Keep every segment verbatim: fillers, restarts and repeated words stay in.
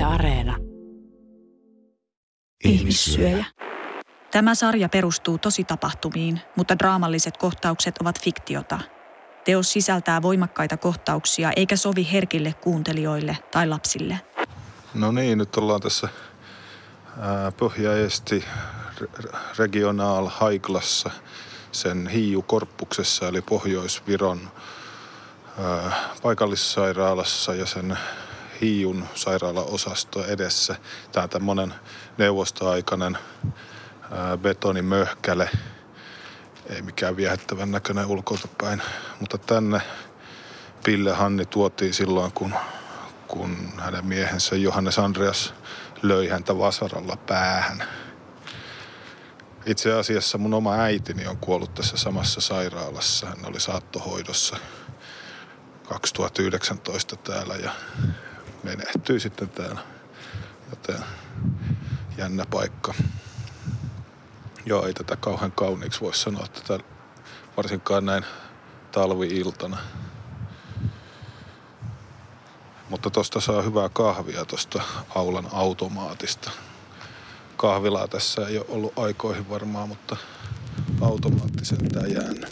Areena. Ihmissyöjä. Tämä sarja perustuu tositapahtumiin, mutta draamalliset kohtaukset ovat fiktiota. Teos sisältää voimakkaita kohtauksia eikä sovi herkille kuuntelijoille tai lapsille. No niin, nyt ollaan tässä Pohja-Eesti Regional Haiglassa, sen Hiiukorppuksessa eli Pohjois-Viron ää, paikallissairaalassa ja sen Hiiun sairaalaosasto edessä. Tämä on tämmöinen neuvostoaikainen ää, betonimöhkäle. Ei mikään viehättävän näköinen ulkoilta päin, mutta tänne Pille Hanni tuotiin silloin, kun, kun hänen miehensä Johannes Andreas löi häntä vasaralla päähän. Itse asiassa mun oma äitini on kuollut tässä samassa sairaalassa. Hän oli saattohoidossa kaksituhattayhdeksäntoista täällä ja menehtyi sitten täällä. Joten jännä paikka. Joo, ei tätä kauhean kauniiksi voi sanoa tätä, varsinkaan näin talvi-iltana. Mutta tosta saa hyvää kahvia tosta aulan automaatista. Kahvilaa tässä ei ole ollut aikoihin varmaan, mutta automaatti sentään jäänyt.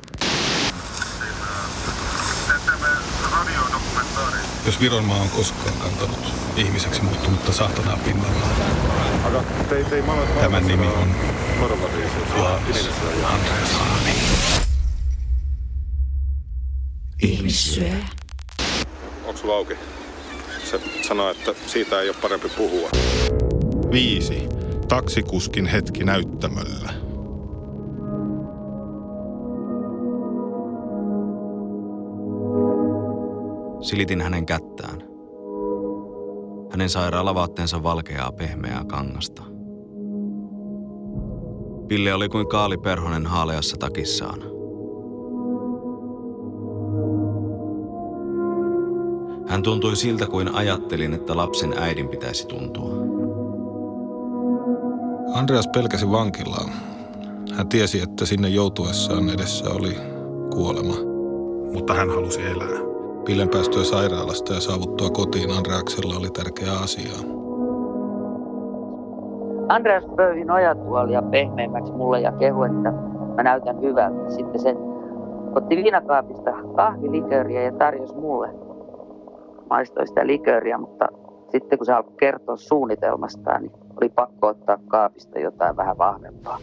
Jos Vironmaa on koskaan kantanut ihmiseksi muuttunutta saatanaa pinnallaan, tämän nimi on Johannes Andreas Haani. Ihmissyöjä. Onko sulla auki? Se sanoo, että siitä ei ole parempi puhua. Viisi. Taksikuskin hetki näyttämöllä. Silitin hänen kättään. Hänen sairaalavaatteensa valkeaa pehmeää kangasta. Pille oli kuin Kaali Perhonen haaleassa takissaan. Hän tuntui siltä kuin ajattelin, että lapsen äidin pitäisi tuntua. Andreas pelkäsi vankilaa. Hän tiesi, että sinne joutuessaan edessä oli kuolema. Mutta hän halusi elää. Pillen päästyä sairaalasta ja saavuttua kotiin Andreaksella oli tärkeä asia. Andreas pöyhi nojatuolia pehmeämmäksi mulle ja kehui, että mä näytän hyvältä. Sitten se otti viinakaapista kahvilikööriä ja tarjosi mulle. Maistoi sitä likööriä, mutta sitten kun se alkoi kertoa suunnitelmastaan, niin oli pakko ottaa kaapista jotain vähän vahvempaa.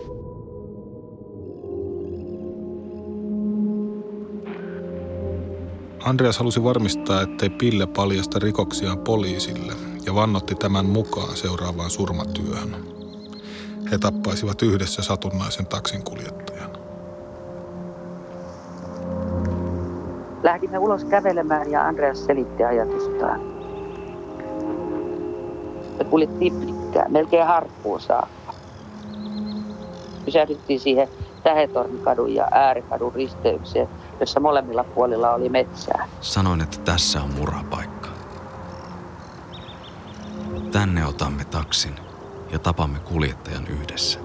Andreas halusi varmistaa, ettei Pille paljasta rikoksiaan poliisille ja vannotti tämän mukaan seuraavaan surmatyöhön. He tappaisivat yhdessä satunnaisen taksinkuljettajan. Lähdimme ulos kävelemään ja Andreas selitti ajatustaan. Me kuljettiin pitkään, melkein harppuun saakka. Pysähdyttiin siihen Tähetornikadun ja Äärikadun risteykseen, jossa molemmilla puolilla oli metsää. Sanoin, että tässä on murhapaikka. Tänne otamme taksin ja tapamme kuljettajan yhdessä.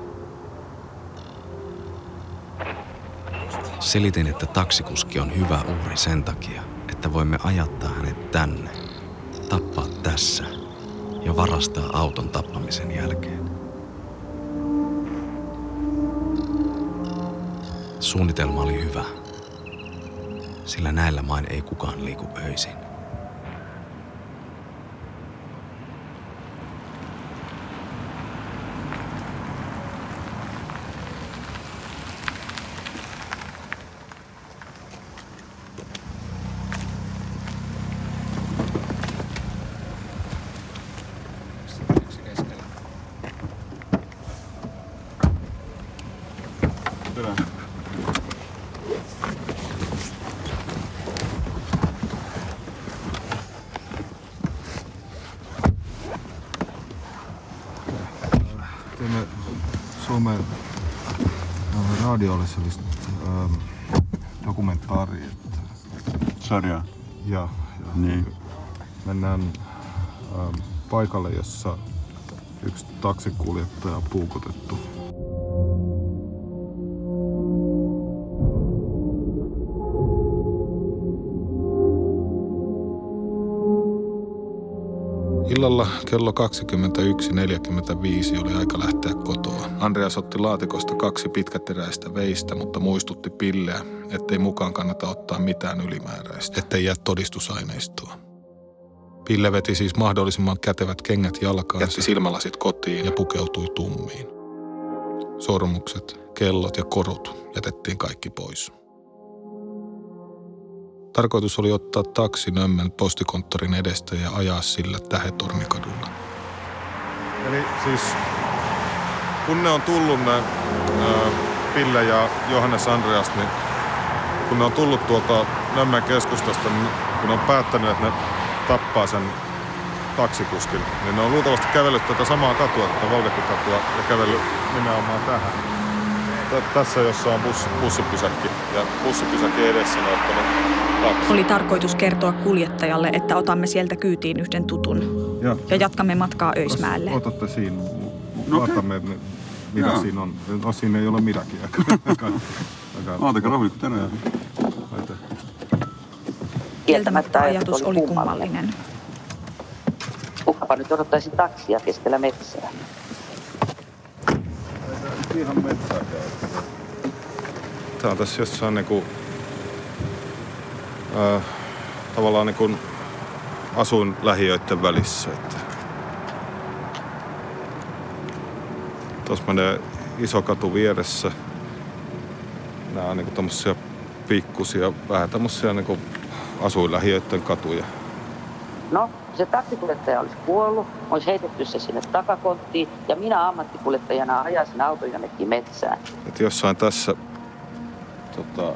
Selitin, että taksikuski on hyvä uhri sen takia, että voimme ajattaa hänet tänne, tappaa tässä ja varastaa auton tappamisen jälkeen. Suunnitelma oli hyvä, sillä näillä main ei kukaan liiku öisin. Teemme Suomen radiollista ähm, dokumentaaria. Sarjaa? Ja, ja niin. Mennään ähm, paikalle, jossa yksi taksinkuljettaja on puukotettu. Illalla kello kaksikymmentäyksi neljäkymmentäviisi oli aika lähteä kotoa. Andreas otti laatikosta kaksi pitkäteräistä veistä, mutta muistutti Pilleä, ettei mukaan kannata ottaa mitään ylimääräistä, ettei jää todistusaineistoa. Pille veti siis mahdollisimman kätevät kengät jalkaan, jätti silmälasit kotiin ja pukeutui tummiin. Sormukset, kellot ja korut jätettiin kaikki pois. Tarkoitus oli ottaa taksi Nömmen postikonttorin edestä ja ajaa sillä Tähetornikadulla. Eli siis kun ne on tullut ne ää, Pille ja Johannes Andreas, niin kun ne on tullut tuolta Nömmen keskustasta, niin kun ne on päättänyt, että ne tappaa sen taksikuskin, niin ne on luultavasti kävellyt tätä samaa katua, tätä Volgekki-katua, ja kävellyt nimenomaan tähän. Tässä, jossa on bus, bussipysäkki, ja bussipysäkki edessä ne on ottanut taksi. Oli tarkoitus kertoa kuljettajalle, että otamme sieltä kyytiin yhden tutun ja, ja jatkamme matkaa Öismäelle. Otatte siinä. No okay. Otamme, mitä Jaa. Siinä on. No, siinä ei ole midakia. Aataka rauhallisesti tänään. Kieltämättä ajatus oli kummallinen. Kukapa nyt odottaisi taksia keskellä metsää. Ihan metsää käy. Tää on tässä jossain niinku äh, tavallaan niinku asuinlähiöiden välissä. Että tuossa menee iso katu vieressä. Nää on niinku tommosia pikkusia, vähän tämmösiä niinku asuinlähiöiden katuja. No, se taksikuljettaja olisi kuollut, olisi heitetty se sinne takakonttiin ja minä ammattikuljettajana ajaisin auton jonnekin metsään. Et jossain tässä, tota,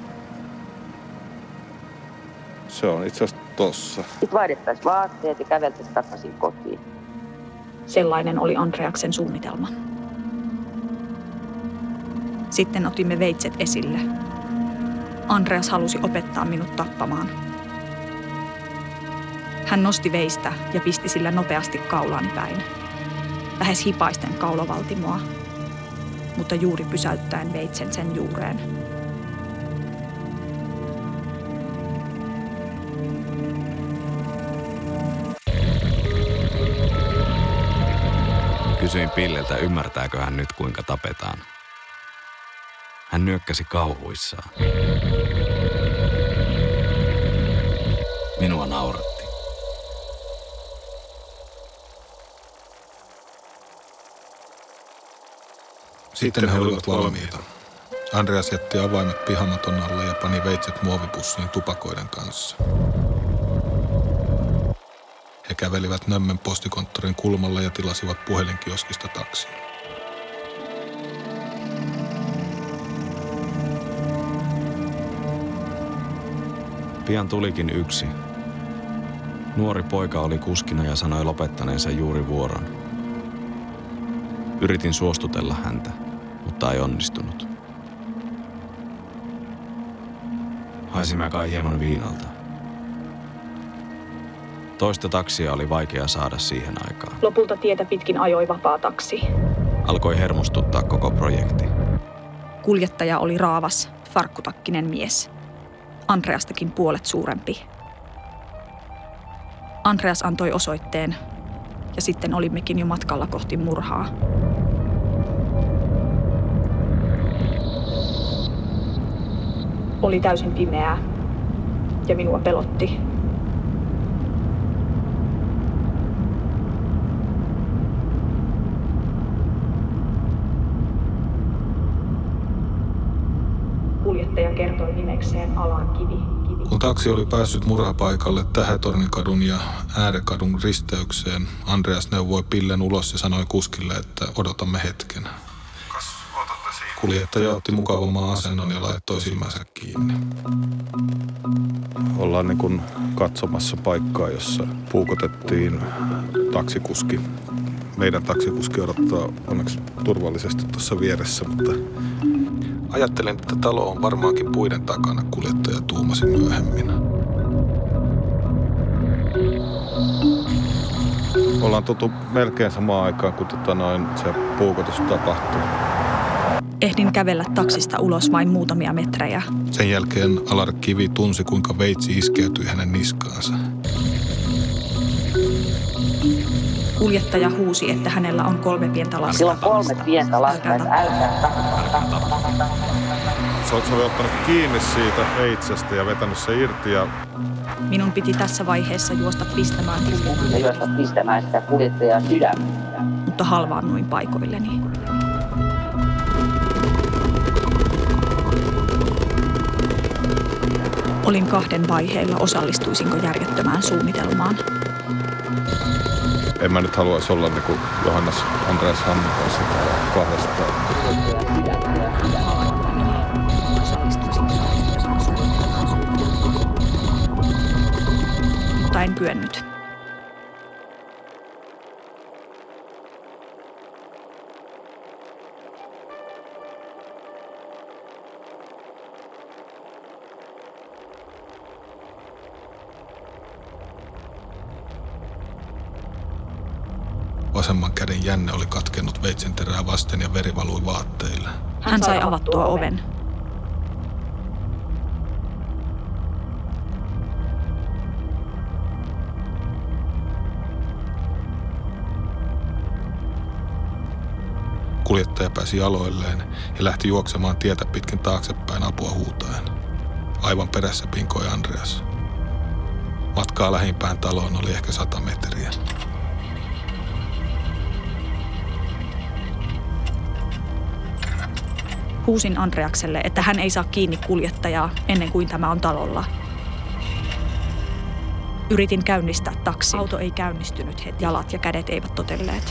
se on itse asiassa tossa. Sitten vaihdettaisiin vaatteet ja käveltäisiin takaisin kotiin. Sellainen oli Andreaksen suunnitelma. Sitten otimme veitset esille. Andreas halusi opettaa minut tappamaan. Hän nosti veistä ja pisti sillä nopeasti kaulaani päin. Lähes hipaisten kaulavaltimoa, mutta juuri pysäyttäen veitsen sen juureen. Kysyin Pilleltä, ymmärtääkö hän nyt kuinka tapetaan. Hän nyökkäsi kauhuissaan. Minua nauratti. Sitten he olivat valmiita. Andreas jätti avaimet pihamaton alle ja pani veitset muovipussiin tupakoiden kanssa. He kävelivät Nömmen postikonttorin kulmalle ja tilasivat puhelinkioskista taksin. Pian tulikin yksi. Nuori poika oli kuskina ja sanoi lopettaneensa juuri vuoron. Yritin suostutella häntä, mutta ei onnistunut. Haisimme kai hieman viinalta. Toista taksia oli vaikea saada siihen aikaan. Lopulta tietä pitkin ajoi vapaa taksi. Alkoi hermostuttaa koko projekti. Kuljettaja oli raavas, farkkutakkinen mies. Andreastakin puolet suurempi. Andreas antoi osoitteen ja sitten olimmekin jo matkalla kohti murhaa. Oli täysin pimeää ja minua pelotti. Kuljettaja kertoi nimekseen Alan Kivi. Kivi. Kun taksi oli päässyt murhapaikalle Tähetornikadun ja Äärekadun risteykseen, Andreas neuvoi Pillen ulos ja sanoi kuskille, että odotamme hetken. Kuljettaja otti mukavamman asennon ja laittoi silmänsä kiinni. Ollaan niin kuin katsomassa paikkaa, jossa puukotettiin taksikuski. Meidän taksikuski odottaa onneksi turvallisesti tuossa vieressä, mutta ajattelin, että talo on varmaankin puiden takana, kuljettaja tuumasi myöhemmin. Ollaan tultu melkein samaan aikaan, kun tota noin se puukotus tapahtui. Ehdin kävellä taksista ulos vain muutamia metrejä. Sen jälkeen Alar Kivi tunsi, kuinka veitsi iskeytyi hänen niskaansa. Kuljettaja huusi, että hänellä on kolme pientä lasta. Sillä on kolme pientä lasta, että älkää tappa. Se oli ottanut kiinni siitä veitsestä ja vetänyt se irti ja... Minun piti tässä vaiheessa juosta pistämään ja juosta pistämään sitä kuljettajaa sydämellä. Mutta halvaannuin paikoilleni. Olin kahden vaiheilla, osallistuisinko järjettömään suunnitelmaan. En mä nyt haluaisi olla niin kuin Johannes Andreas Hannin kanssa täällä kahdestaan. Mutta en kyennyt. Vasemman käden jänne oli katkennut veitsenterää vasten ja veri valui vaatteille. Hän sai avattua oven. Kuljettaja pääsi jaloilleen ja lähti juoksemaan tietä pitkin taaksepäin apua huutaen. Aivan perässä pinkoi Andreas. Matkaa lähimpään taloon oli ehkä sata metriä. Huusin Andreakselle, että hän ei saa kiinni kuljettajaa ennen kuin tämä on talolla. Yritin käynnistää taksin. Auto ei käynnistynyt heti. Jalat ja kädet eivät totelleet.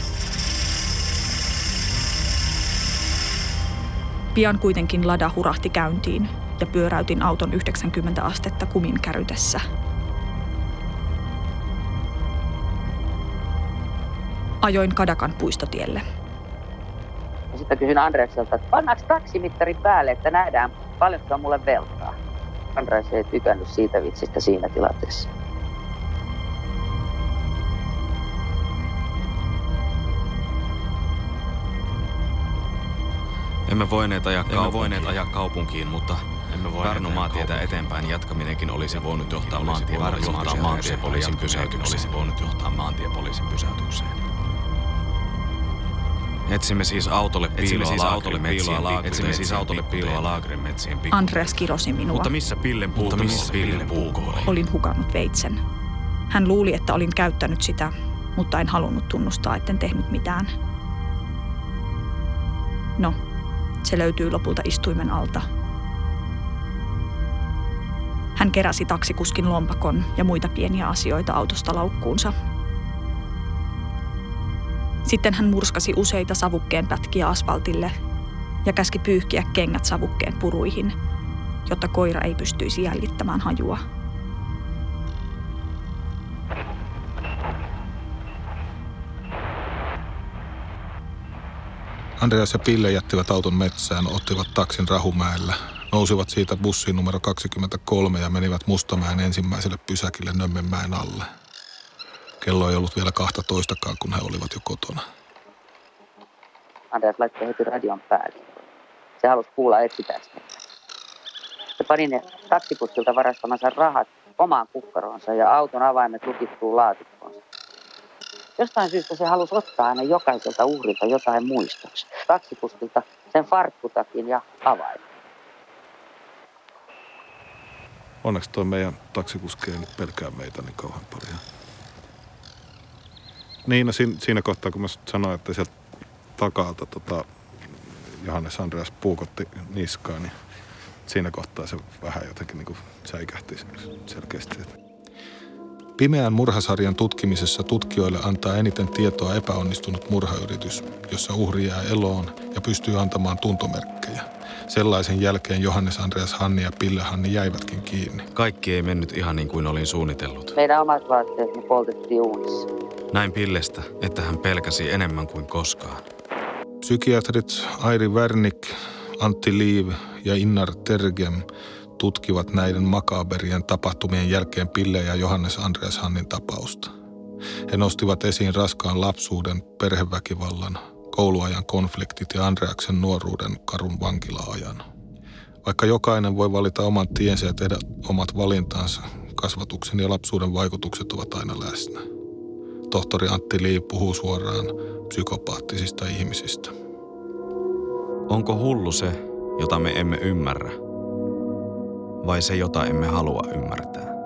Pian kuitenkin lada hurahti käyntiin ja pyöräytin auton yhdeksänkymmentä astetta kumin kärytessä. Ajoin Kadakan puistotielle. Ja sitten kysyin Andreakselta, että pannaanko taksimittarin päälle, että nähdään paljonko on mulle velkaa. Andreas ei tykännyt siitä vitsistä siinä tilanteessa. Emme voineet ajaa, emme voineet ajaa kaupunkiin, mutta Pärnu maantietä eteenpäin jatkaminenkin olisi voinut johtaa maantiepoliisin pysäytykseen. Olisi voinut johtaa maantiepoliisin pysäytykseen. Etsimme siis autolle piiloa Etsimme siis autolle piiloa Laagren metsien pikkuja. Andreas kirosi minua. Mutta missä pillen puuko missä pillen puuko oli? Olin hukannut veitsen. Hän luuli, että olin käyttänyt sitä, mutta en halunnut tunnustaa, etten tehnyt mitään. No, se löytyy lopulta istuimen alta. Hän keräsi taksikuskin lompakon ja muita pieniä asioita autosta laukkuunsa. Sitten hän murskasi useita savukkeen pätkiä asfaltille ja käski pyyhkiä kengät savukkeen puruihin, jotta koira ei pystyisi jäljittämään hajua. Andreas ja Pille jättivät auton metsään, ottivat taksin Rahumäellä, nousivat siitä bussiin numero kaksikymmentäkolme ja menivät Mustamäen ensimmäiselle pysäkille Nömmenmäen alle. Kello ei ollut vielä kahtatoistakaan, kun he olivat jo kotona. Andreas laittoi heti radion päälle. Se halusi kuulla etsitästä. Se pani ne taksikuskilta varastamansa rahat omaan kukkaroonsa ja auton avaimet lukittuu laatikkoonsa. Jostain syystä se halusi ottaa aina jokaiselta uhrilta jotain muistoksi. Taksikuskilta sen farkkutakin ja avaimet. Onneksi toi meidän taksikuski ei nyt pelkää meitä niin kauhean paljon. Niin, no siinä, siinä kohtaa, kun mä sanoin, että sieltä takalta tota, Johannes Andreas puukotti niskaan, niin siinä kohtaa se vähän jotenkin niin kuin säikähti selkeästi. Pimeän murhasarjan tutkimisessa tutkijoille antaa eniten tietoa epäonnistunut murhayritys, jossa uhri jää eloon ja pystyy antamaan tuntomerkkejä. Sellaisen jälkeen Johannes Andreas Hanni ja Pille Hanni jäivätkin kiinni. Kaikki ei mennyt ihan niin kuin olin suunnitellut. Meidän omat vaatteet me poltettiin uunissa. Näin Pillestä, että hän pelkäsi enemmän kuin koskaan. Psykiatrit Airi Wernick, Antti Liiv ja Innar Tergem tutkivat näiden makaberien tapahtumien jälkeen Pille ja Johannes Andreas Hannin tapausta. He nostivat esiin raskaan lapsuuden, perheväkivallan, kouluajan konfliktit ja Andreaksen nuoruuden karun vankila-ajan. Vaikka jokainen voi valita oman tiensä ja tehdä omat valintansa, kasvatuksen ja lapsuuden vaikutukset ovat aina läsnä. tohtori Antti Lee puhuu suoraan psykopaattisista ihmisistä. Onko hullu se, jota me emme ymmärrä, vai se, jota emme halua ymmärtää?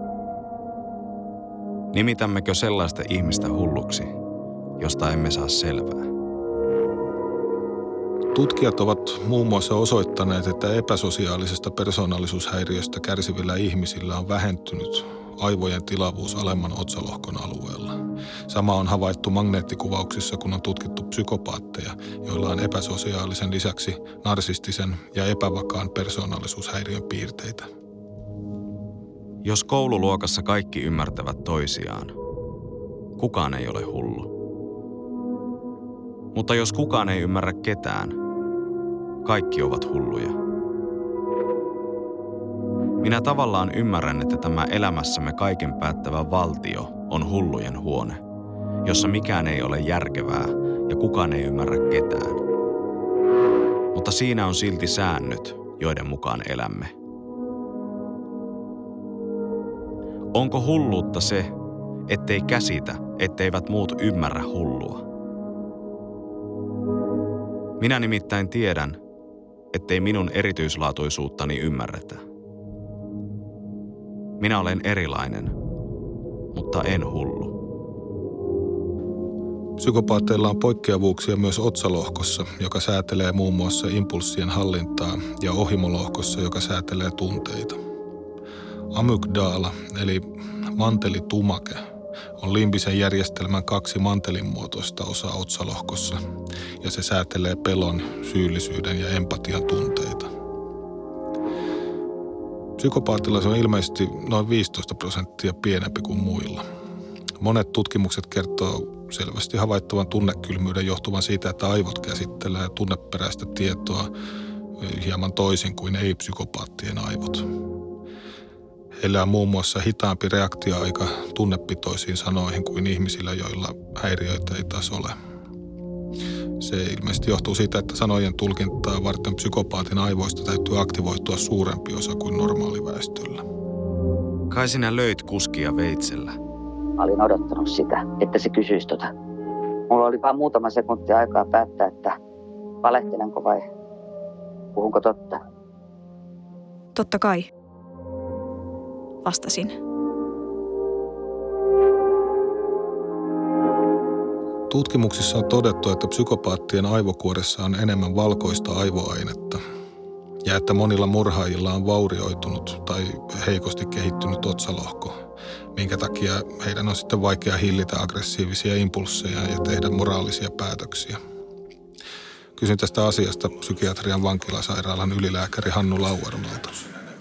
Nimitämmekö sellaista ihmistä hulluksi, josta emme saa selvää? Tutkijat ovat muun muassa osoittaneet, että epäsosiaalisesta persoonallisuushäiriöstä kärsivillä ihmisillä on vähentynyt aivojen tilavuus alemman otsalohkon alueella. Sama on havaittu magneettikuvauksissa, kun on tutkittu psykopaatteja, joilla on epäsosiaalisen lisäksi narsistisen ja epävakaan persoonallisuushäiriön piirteitä. Jos koululuokassa kaikki ymmärtävät toisiaan, kukaan ei ole hullu. Mutta jos kukaan ei ymmärrä ketään, kaikki ovat hulluja. Minä tavallaan ymmärrän, että tämä elämässämme kaiken päättävä valtio on hullujen huone, jossa mikään ei ole järkevää ja kukaan ei ymmärrä ketään. Mutta siinä on silti säännöt, joiden mukaan elämme. Onko hulluutta se, ettei käsitä, etteivät muut ymmärrä hullua? Minä nimittäin tiedän, ettei minun erityislaatuisuuttani ymmärretä. Minä olen erilainen, mutta en hullu. Psykopaatteilla on poikkeavuuksia myös otsalohkossa, joka säätelee muun muassa impulssien hallintaa, ja ohimolohkossa, joka säätelee tunteita. Amygdala, eli mantelitumake, on limbisen järjestelmän kaksi mantelin muotoista osaa otsalohkossa, ja se säätelee pelon, syyllisyyden ja empatian tunteita. Psykopaatilla se on ilmeisesti noin viisitoista prosenttia pienempi kuin muilla. Monet tutkimukset kertoo selvästi havaittavan tunnekylmyyden johtuvan siitä, että aivot käsittelee tunneperäistä tietoa hieman toisin kuin ei-psykopaattien aivot. Heillä on muun muassa hitaampi reaktioaika tunnepitoisiin sanoihin kuin ihmisillä, joilla häiriöitä ei taas ole. Se ilmeisesti johtuu siitä, että sanojen tulkintaa varten psykopaatin aivoista täytyy aktivoitua suurempi osa kuin normaaliväestöllä. Kai sinä löit kuskia veitsellä. Mä olin odottanut sitä, että se kysyisi tota. Mulla oli vaan muutama sekunti aikaa päättää, että valehtelenko vai puhunko totta. Totta kai, vastasin. Tutkimuksissa on todettu, että psykopaattien aivokuoressa on enemmän valkoista aivoainetta ja että monilla murhaajilla on vaurioitunut tai heikosti kehittynyt otsalohko, minkä takia heidän on sitten vaikea hillitä aggressiivisia impulsseja ja tehdä moraalisia päätöksiä. Kysyn tästä asiasta psykiatrian vankilasairaalan ylilääkäri Hannu Lauermalta.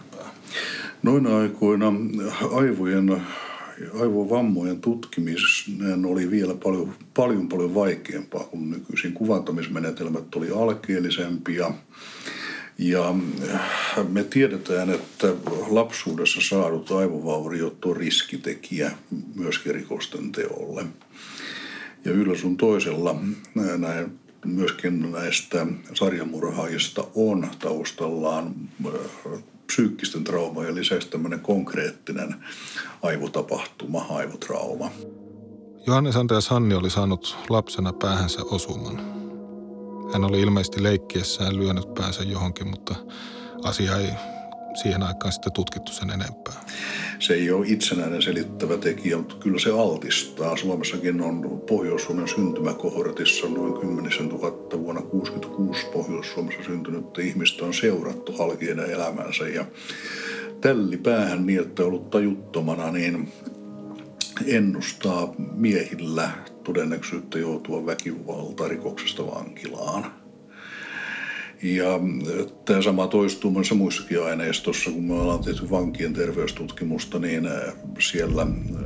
Noina aikoina aivojen aivovammojen tutkiminen oli vielä paljon, paljon, paljon vaikeampaa kuin nykyisin. Kuvantamismenetelmät oli alkeellisempia. Ja me tiedetään, että lapsuudessa saadut aivovauriot on riskitekijä myöskin rikosten teolle. Ja yllä sun toisella näin, myöskin näistä sarjamurhaajista on taustallaan psyykkisten traumojen lisäksi tämmöinen konkreettinen aivotapahtuma, aivotrauma. Johannes Andreas Hanni oli saanut lapsena päähänsä osuman. Hän oli ilmeisesti leikkiessään lyönyt päänsä johonkin, mutta asia ei siihen aikaan sitten tutkittu sen enempää. Se ei ole itsenäinen selittävä tekijä, mutta kyllä se altistaa. Suomessakin on Pohjois-Suomen syntymäkohortissa noin kymmenisen tuhatta vuonna kuusikymmentäkuusi Pohjois-Suomessa syntynyttä ihmistä on seurattu halki heidän elämänsä. Ja tälli päähän niin, että on ollut tajuttomana, niin ennustaa miehillä todennäköisyyttä joutua väkivaltarikoksesta vankilaan. Ja tämä sama toistuu monessa muissakin aineistossa, kun me ollaan tehty vankien terveystutkimusta, niin siellä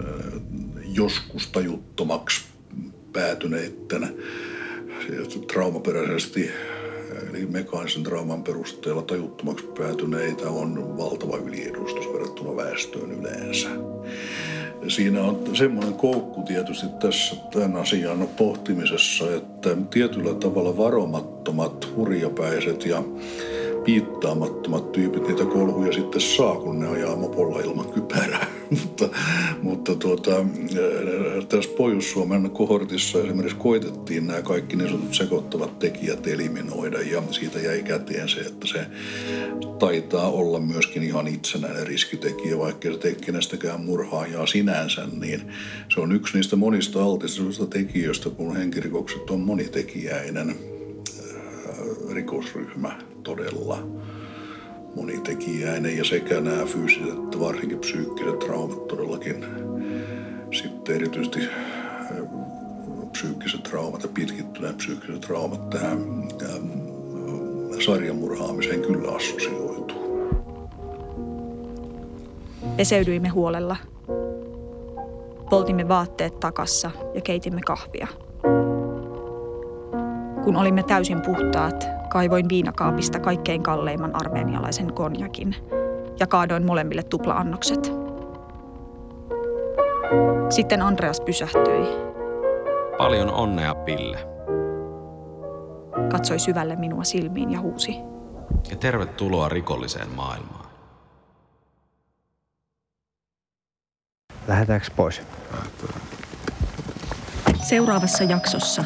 joskus tajuttomaksi päätyneiden traumaperäisesti, eli mekaanisen trauman perusteella tajuttomaksi päätyneitä on valtava yliedustus verrattuna väestöön yleensä. Siinä on semmoinen koukku tietysti tässä tämän asian pohtimisessa, että tietyllä tavalla varomattomat, hurjapäiset ja piittaamattomat tyypit niitä kolhuja sitten saa, kun ne ajaa mopolla ilman kypärää. mutta mutta tuota, tässä Pohjois-Suomen kohortissa esimerkiksi koitettiin nämä kaikki niin sanotut sekoittavat tekijät eliminoida, ja siitä jäi käteen se, että se taitaa olla myöskin ihan itsenäinen riskitekijä, vaikka se teki kenestäkään murhaajaa sinänsä, niin se on yksi niistä monista altistuista tekijöistä, kun henkirikokset on monitekijäinen rikosryhmä todella monitekijäinen, ja sekä nämä fyysiset että varsinkin psyykkiset traumat todellakin, sitten erityisesti psyykkiset traumat ja pitkittyneet psyykkiset traumat tähän sarjamurhaamiseen kyllä assosioituu. Peseydyimme huolella. Poltimme vaatteet takassa ja keitimme kahvia. Kun olimme täysin puhtaat, kaivoin viinakaapista kaikkein kalleimman armenialaisen konjakin ja kaadoin molemmille tupla-annokset. Sitten Andreas pysähtyi. Paljon onnea, Pille. Katsoi syvälle minua silmiin ja huusi. Ja tervetuloa rikolliseen maailmaan. Lähdetäänkö pois? Seuraavassa jaksossa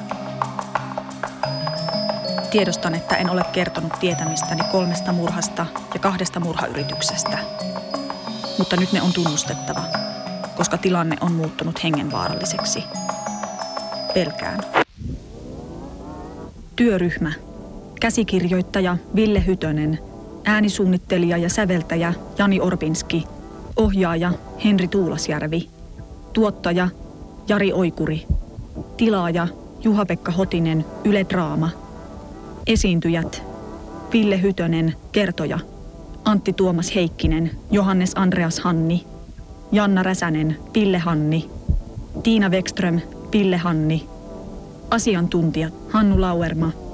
tiedostan, että en ole kertonut tietämistäni kolmesta murhasta ja kahdesta murhayrityksestä. Mutta nyt ne on tunnustettava, koska tilanne on muuttunut hengenvaaralliseksi. Pelkään. Työryhmä. Käsikirjoittaja Ville Hytönen. Äänisuunnittelija ja säveltäjä Jani Orbinski. Ohjaaja Henri Tuulasjärvi. Tuottaja Jari Oikuri. Tilaaja Juha-Pekka Hotinen, Yle Draama. Esiintyjät Ville Hytönen, kertoja Antti Tuomas Heikkinen, Johannes Andreas Hanni, Janna Räsänen, Ville Hanni, Tiina Wexström, Ville Hanni. Asiantuntijat Hannu Lauerma,